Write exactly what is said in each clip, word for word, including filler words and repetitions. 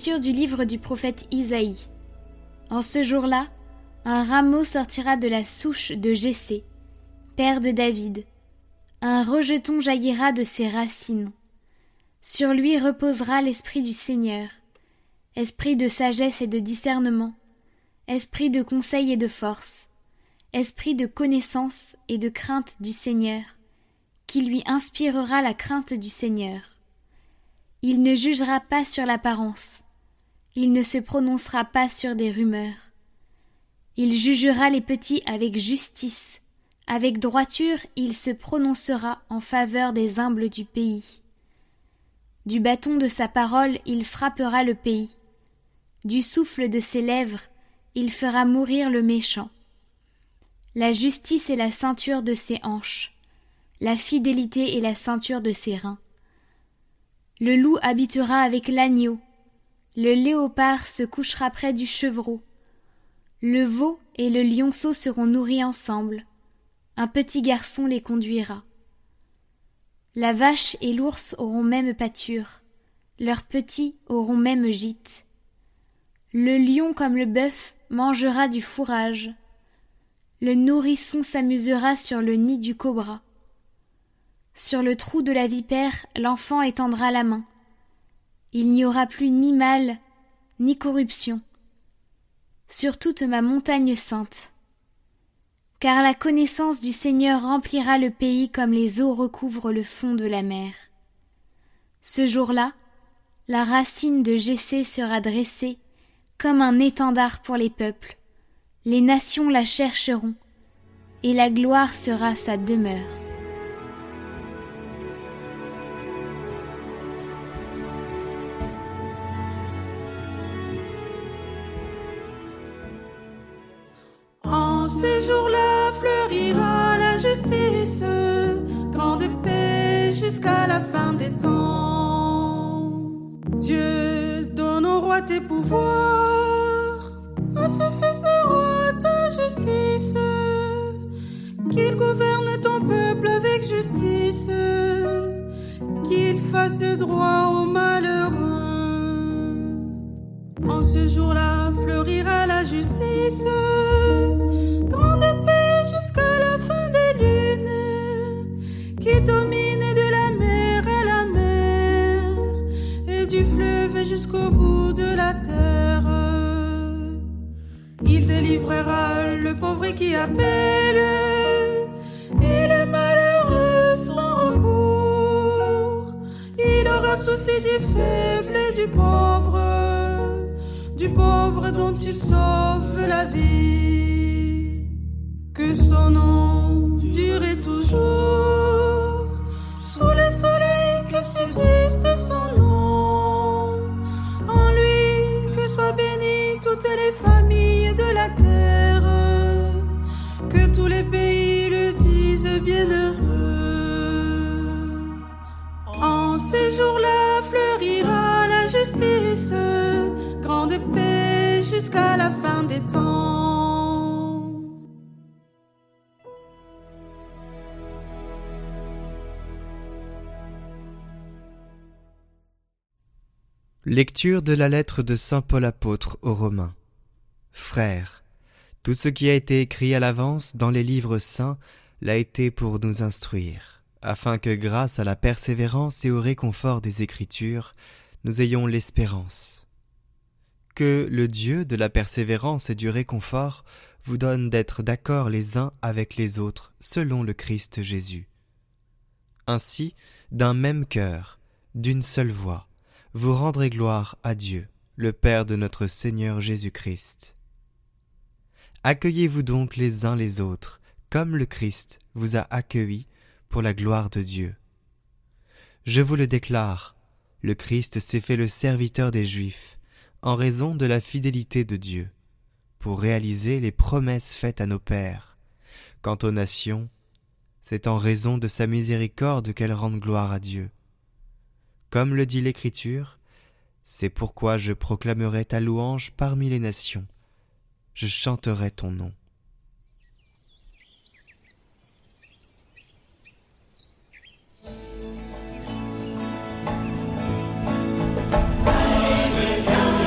Lecture du livre du prophète Isaïe. En ce jour-là, un rameau sortira de la souche de Jessé, père de David. Un rejeton jaillira de ses racines. Sur lui reposera l'esprit du Seigneur, esprit de sagesse et de discernement, esprit de conseil et de force, esprit de connaissance et de crainte du Seigneur, qui lui inspirera la crainte du Seigneur. Il ne jugera pas sur l'apparence, il ne se prononcera pas sur des rumeurs. Il jugera les petits avec justice, avec droiture il se prononcera en faveur des humbles du pays. Du bâton de sa parole il frappera le pays, du souffle de ses lèvres il fera mourir le méchant. La justice est la ceinture de ses hanches, la fidélité est la ceinture de ses reins. Le loup habitera avec l'agneau, le léopard se couchera près du chevreau, le veau et le lionceau seront nourris ensemble, un petit garçon les conduira. La vache et l'ours auront même pâture, leurs petits auront même gîte. Le lion comme le bœuf mangera du fourrage, le nourrisson s'amusera sur le nid du cobra. Sur le trou de la vipère, l'enfant étendra la main. Il n'y aura plus ni mal, ni corruption, sur toute ma montagne sainte. Car la connaissance du Seigneur remplira le pays comme les eaux recouvrent le fond de la mer. Ce jour-là, la racine de Jessé sera dressée comme un étendard pour les peuples. Les nations la chercheront, et la gloire sera sa demeure. En ces jours-là fleurira la justice, grande paix jusqu'à la fin des temps. Dieu donne au roi tes pouvoirs, à ce fils de roi ta justice, qu'il gouverne ton peuple avec justice, qu'il fasse droit aux malheureux. En ce jour-là fleurira la justice, grande paix jusqu'à la fin des lunes, qui domine de la mer à la mer, et du fleuve jusqu'au bout de la terre. Il délivrera le pauvre qui appelle, et le malheureux sans recours. Il aura souci des faibles et du pauvre, du pauvre dont tu sauves la vie. Que son nom dure toujours, sous le soleil que subsiste son nom. En lui que soient bénies toutes les familles de la terre, que tous les pays le disent bienheureux. En ces jours-là fleurira la justice, grande paix jusqu'à la fin des temps. Lecture de la lettre de saint Paul apôtre aux Romains. Frères, tout ce qui a été écrit à l'avance dans les livres saints l'a été pour nous instruire, afin que grâce à la persévérance et au réconfort des Écritures, nous ayons l'espérance. Que le Dieu de la persévérance et du réconfort vous donne d'être d'accord les uns avec les autres selon le Christ Jésus. Ainsi, d'un même cœur, d'une seule voix, vous rendrez gloire à Dieu, le Père de notre Seigneur Jésus-Christ. Accueillez-vous donc les uns les autres, comme le Christ vous a accueillis pour la gloire de Dieu. Je vous le déclare, le Christ s'est fait le serviteur des Juifs, en raison de la fidélité de Dieu, pour réaliser les promesses faites à nos pères. Quant aux nations, c'est en raison de sa miséricorde qu'elles rendent gloire à Dieu. Comme le dit l'Écriture, c'est pourquoi je proclamerai ta louange parmi les nations, je chanterai ton nom. Alléluia.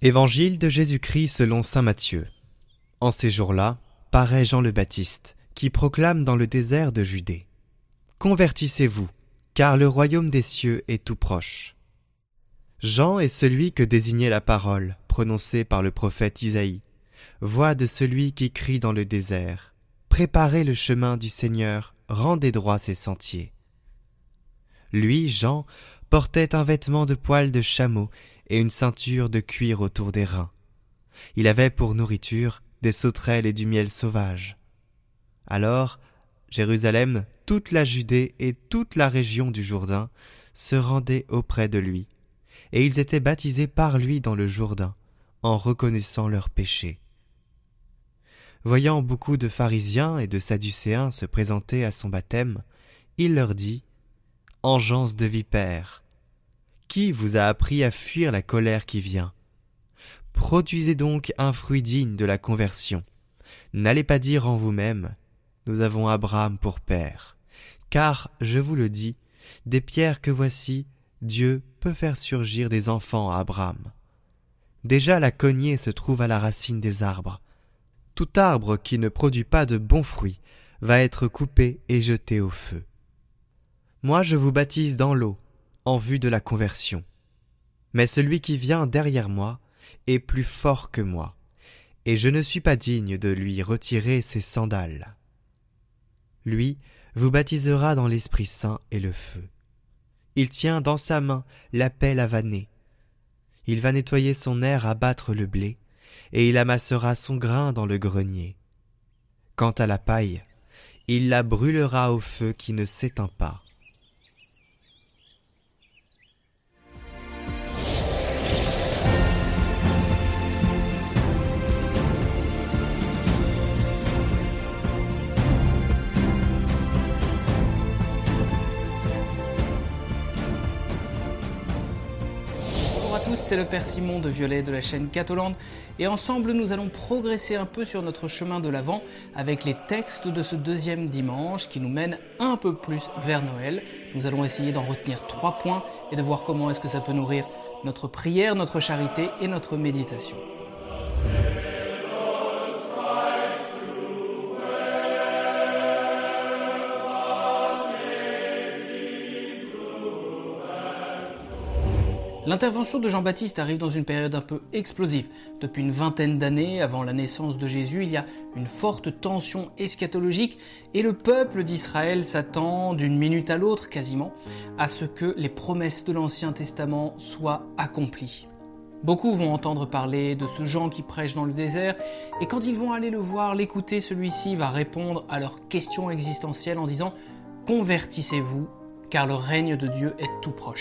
Évangile de Jésus-Christ selon saint Matthieu. En ces jours-là, paraît Jean le Baptiste, qui proclame dans le désert de Judée. Convertissez-vous, car le royaume des cieux est tout proche. Jean est celui que désignait la parole, prononcée par le prophète Isaïe. Voix de celui qui crie dans le désert. Préparez le chemin du Seigneur, rendez droit ses sentiers. Lui, Jean, portait un vêtement de poil de chameau et une ceinture de cuir autour des reins. Il avait pour nourriture des sauterelles et du miel sauvage. Alors, Jérusalem, toute la Judée et toute la région du Jourdain se rendaient auprès de lui, et ils étaient baptisés par lui dans le Jourdain, en reconnaissant leurs péchés. Voyant beaucoup de pharisiens et de sadducéens se présenter à son baptême, il leur dit « Engeance de vipères, qui vous a appris à fuir la colère qui vient ? Produisez donc un fruit digne de la conversion. N'allez pas dire en vous-même « Nous avons Abraham pour père », car, je vous le dis, des pierres que voici, Dieu peut faire surgir des enfants à Abraham. Déjà la cognée se trouve à la racine des arbres. Tout arbre qui ne produit pas de bons fruits va être coupé et jeté au feu. Moi je vous baptise dans l'eau, en vue de la conversion. Mais celui qui vient derrière moi est plus fort que moi, et je ne suis pas digne de lui retirer ses sandales. Lui vous baptisera dans l'Esprit Saint et le feu. Il tient dans sa main la pelle à vanner. Il va nettoyer son aire à battre le blé, et il amassera son grain dans le grenier. Quant à la paille, il la brûlera au feu qui ne s'éteint pas. C'est le Père Simon de Violet de la chaîne Catholande et ensemble nous allons progresser un peu sur notre chemin de l'Avent avec les textes de ce deuxième dimanche qui nous mènent un peu plus vers Noël. Nous allons essayer d'en retenir trois points et de voir comment est-ce que ça peut nourrir notre prière, notre charité et notre méditation. L'intervention de Jean-Baptiste arrive dans une période un peu explosive. Depuis une vingtaine d'années, avant la naissance de Jésus, il y a une forte tension eschatologique et le peuple d'Israël s'attend d'une minute à l'autre quasiment à ce que les promesses de l'Ancien Testament soient accomplies. Beaucoup vont entendre parler de ce Jean qui prêche dans le désert et quand ils vont aller le voir, l'écouter, celui-ci va répondre à leurs questions existentielles en disant « Convertissez-vous, car le règne de Dieu est tout proche ».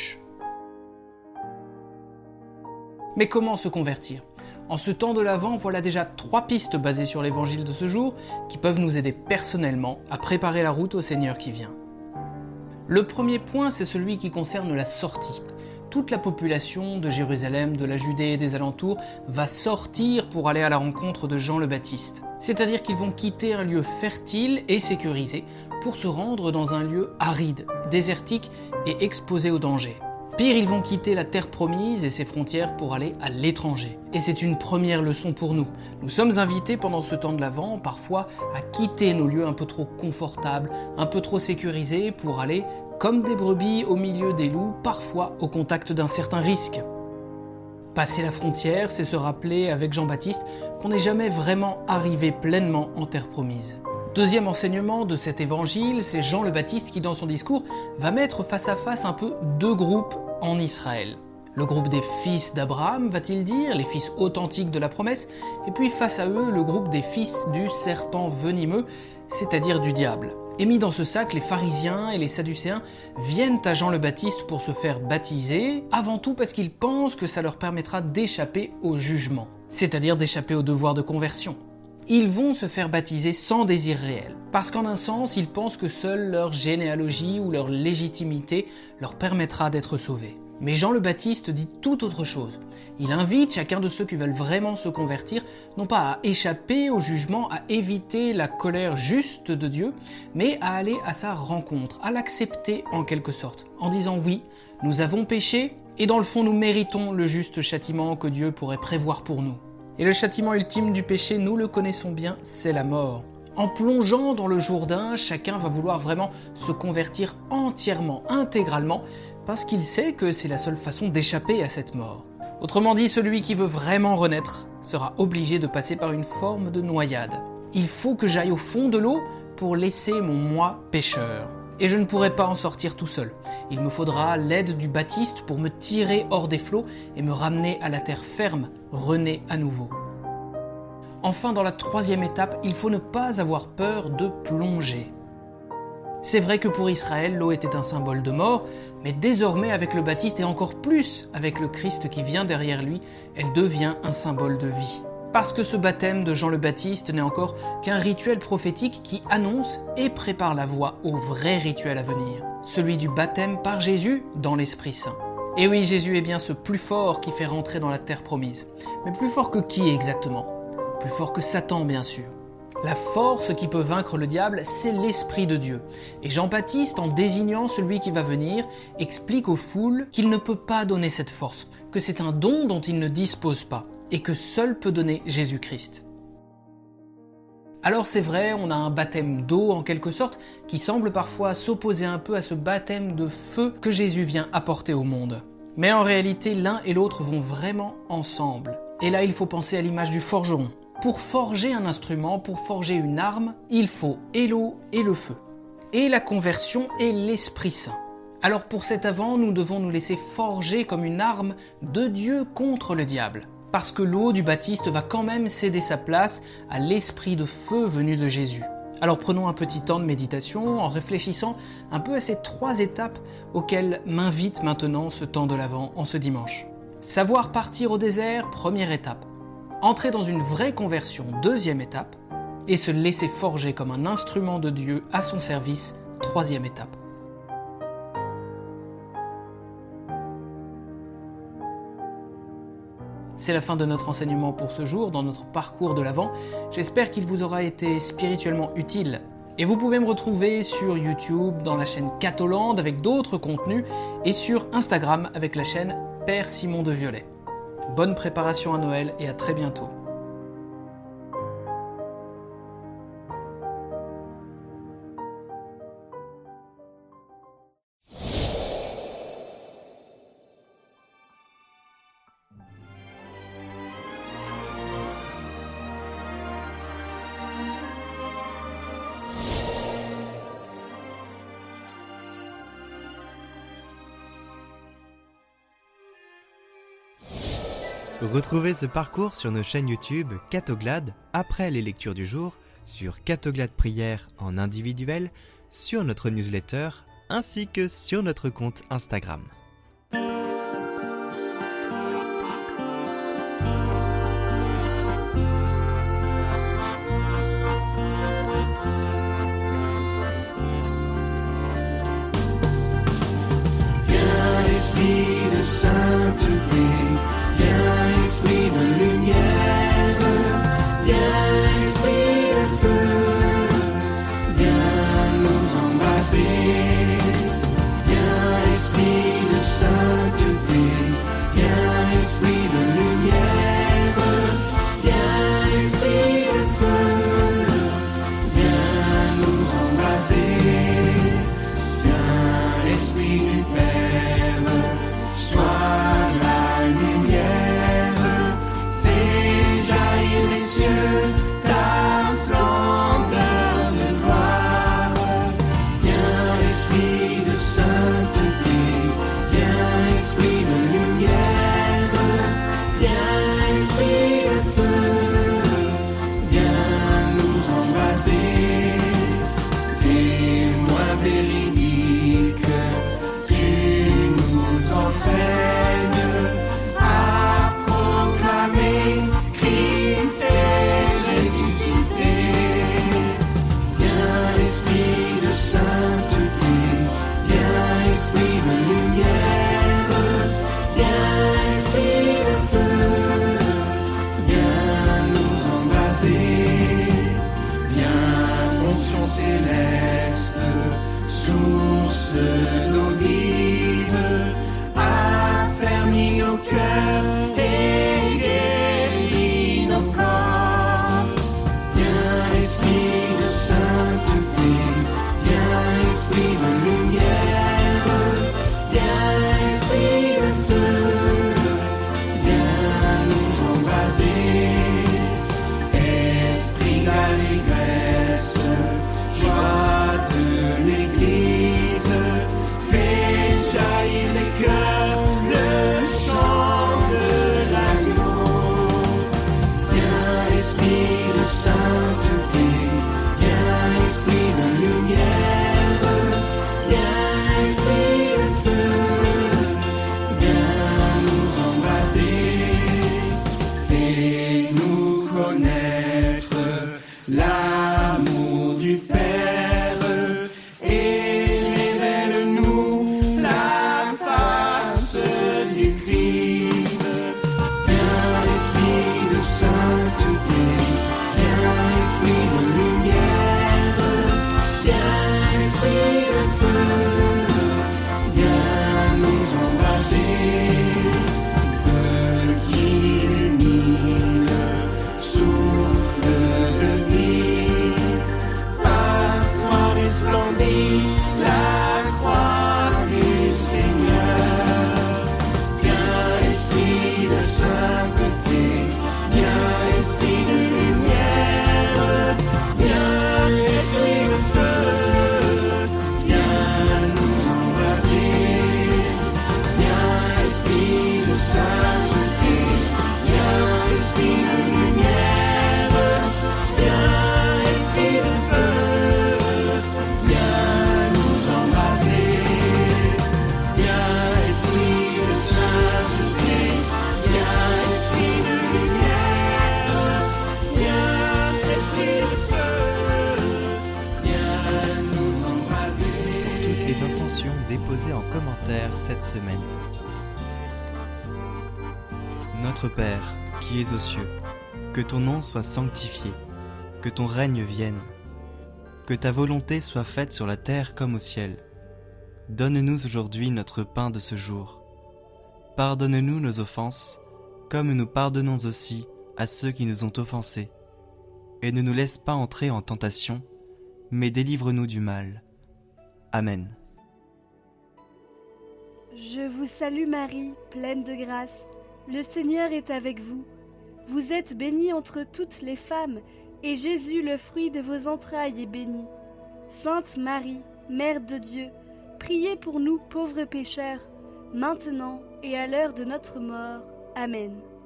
Mais comment se convertir ? En ce temps de l'Avent, voilà déjà trois pistes basées sur l'évangile de ce jour qui peuvent nous aider personnellement à préparer la route au Seigneur qui vient. Le premier point, c'est celui qui concerne la sortie. Toute la population de Jérusalem, de la Judée et des alentours va sortir pour aller à la rencontre de Jean le Baptiste. C'est-à-dire qu'ils vont quitter un lieu fertile et sécurisé pour se rendre dans un lieu aride, désertique et exposé au danger. Pire, ils vont quitter la terre promise et ses frontières pour aller à l'étranger. Et c'est une première leçon pour nous. Nous sommes invités pendant ce temps de l'Avent, parfois, à quitter nos lieux un peu trop confortables, un peu trop sécurisés, pour aller, comme des brebis au milieu des loups, parfois au contact d'un certain risque. Passer la frontière, c'est se rappeler avec Jean-Baptiste qu'on n'est jamais vraiment arrivé pleinement en terre promise. Deuxième enseignement de cet évangile, c'est Jean le Baptiste qui, dans son discours, va mettre face à face un peu deux groupes en Israël. Le groupe des fils d'Abraham, va-t-il dire, les fils authentiques de la promesse, et puis face à eux, le groupe des fils du serpent venimeux, c'est-à-dire du diable. Et mis dans ce sac, les pharisiens et les sadducéens viennent à Jean le Baptiste pour se faire baptiser, avant tout parce qu'ils pensent que ça leur permettra d'échapper au jugement, c'est-à-dire d'échapper au devoir de conversion. Ils vont se faire baptiser sans désir réel, parce qu'en un sens, ils pensent que seule leur généalogie ou leur légitimité leur permettra d'être sauvés. Mais Jean le Baptiste dit tout autre chose. Il invite chacun de ceux qui veulent vraiment se convertir, non pas à échapper au jugement, à éviter la colère juste de Dieu, mais à aller à sa rencontre, à l'accepter en quelque sorte, en disant oui, nous avons péché Et dans le fond, nous méritons le juste châtiment que Dieu pourrait prévoir pour nous. Et le châtiment ultime du péché, nous le connaissons bien, c'est la mort. En plongeant dans le Jourdain, chacun va vouloir vraiment se convertir entièrement, intégralement, parce qu'il sait que c'est la seule façon d'échapper à cette mort. Autrement dit, celui qui veut vraiment renaître sera obligé de passer par une forme de noyade. Il faut que j'aille au fond de l'eau pour laisser mon moi pécheur. Et je ne pourrai pas en sortir tout seul. Il me faudra l'aide du Baptiste pour me tirer hors des flots et me ramener à la terre ferme, rené à nouveau. Enfin, dans la troisième étape, il faut ne pas avoir peur de plonger. C'est vrai que pour Israël, l'eau était un symbole de mort, mais désormais avec le Baptiste et encore plus avec le Christ qui vient derrière lui, elle devient un symbole de vie. Parce que ce baptême de Jean le Baptiste n'est encore qu'un rituel prophétique qui annonce et prépare la voie au vrai rituel à venir, celui du baptême par Jésus dans l'Esprit Saint. Et oui, Jésus est bien ce plus fort qui fait rentrer dans la terre promise. Mais plus fort que qui exactement ? Plus fort que Satan, bien sûr. La force qui peut vaincre le diable, c'est l'Esprit de Dieu. Et Jean-Baptiste, en désignant celui qui va venir, explique aux foules qu'il ne peut pas donner cette force, que c'est un don dont il ne dispose pas, et que seul peut donner Jésus-Christ. Alors c'est vrai, on a un baptême d'eau en quelque sorte, qui semble parfois s'opposer un peu à ce baptême de feu que Jésus vient apporter au monde. Mais en réalité, l'un et l'autre vont vraiment ensemble. Et là, il faut penser à l'image du forgeron. Pour forger un instrument, pour forger une arme, il faut et l'eau et le feu. Et la conversion est l'Esprit Saint. Alors pour cet avant, nous devons nous laisser forger comme une arme de Dieu contre le diable. Parce que l'eau du Baptiste va quand même céder sa place à l'esprit de feu venu de Jésus. Alors prenons un petit temps de méditation en réfléchissant un peu à ces trois étapes auxquelles m'invite maintenant ce temps de l'Avent en ce dimanche. Savoir partir au désert, première étape. Entrer dans une vraie conversion, deuxième étape. Et se laisser forger comme un instrument de Dieu à son service, troisième étape. C'est la fin de notre enseignement pour ce jour, dans notre parcours de l'Avent. J'espère qu'il vous aura été spirituellement utile. Et vous pouvez me retrouver sur YouTube, dans la chaîne Catholand avec d'autres contenus, et sur Instagram avec la chaîne Père Simon de Violet. Bonne préparation à Noël et à très bientôt. Retrouvez ce parcours sur nos chaînes YouTube Cathoglade après les lectures du jour, sur Cathoglade Prière en individuel, sur notre newsletter ainsi que sur notre compte Instagram. Viens, Esprit de sainteté, viens, Esprit de lumière, viens, Esprit de feu, viens nous embraser. Viens, Esprit de sainteté, viens, Esprit de lumière, viens, Esprit de feu, viens nous embraser. Viens, Esprit du Père, sois la lumière, fais jaillir des cieux ta splendeur de gloire. Viens, Esprit de sainteté, viens, Esprit de lumière, viens, Esprit de feu, viens nous embraser. Témoin véridique, tu nous entraînes à proclamer Christ est ressuscité. Viens, Esprit de sainteté, viens, Esprit de lumière, viens, Esprit de feu, viens nous embraser. Viens, onction céleste, source d'eau vive, à faire brandit la croix du Seigneur. Viens, esprit de sainteté, viens, esprit de lumière, viens, esprit de feu, viens nous embraser. Viens, esprit de sainteté, viens, esprit de lumière, viens, esprit de feu, viens nous embraser. Viens, esprit de sainteté, viens, esprit de lumière, viens, esprit de feu, viens nous embraser. Pour toutes les intentions déposées en commentaire cette semaine. Notre Père, qui es aux cieux, que ton nom soit sanctifié, que ton règne vienne, que ta volonté soit faite sur la terre comme au ciel. Donne-nous aujourd'hui notre pain de ce jour. Pardonne-nous nos offenses, comme nous pardonnons aussi à ceux qui nous ont offensés. Et ne nous laisse pas entrer en tentation, mais délivre-nous du mal. Amen. Je vous salue Marie, pleine de grâce. Le Seigneur est avec vous. Vous êtes bénie entre toutes les femmes, et Jésus, le fruit de vos entrailles, est béni. Sainte Marie, Mère de Dieu, priez pour nous pauvres pécheurs, maintenant et à l'heure de notre mort. Amen.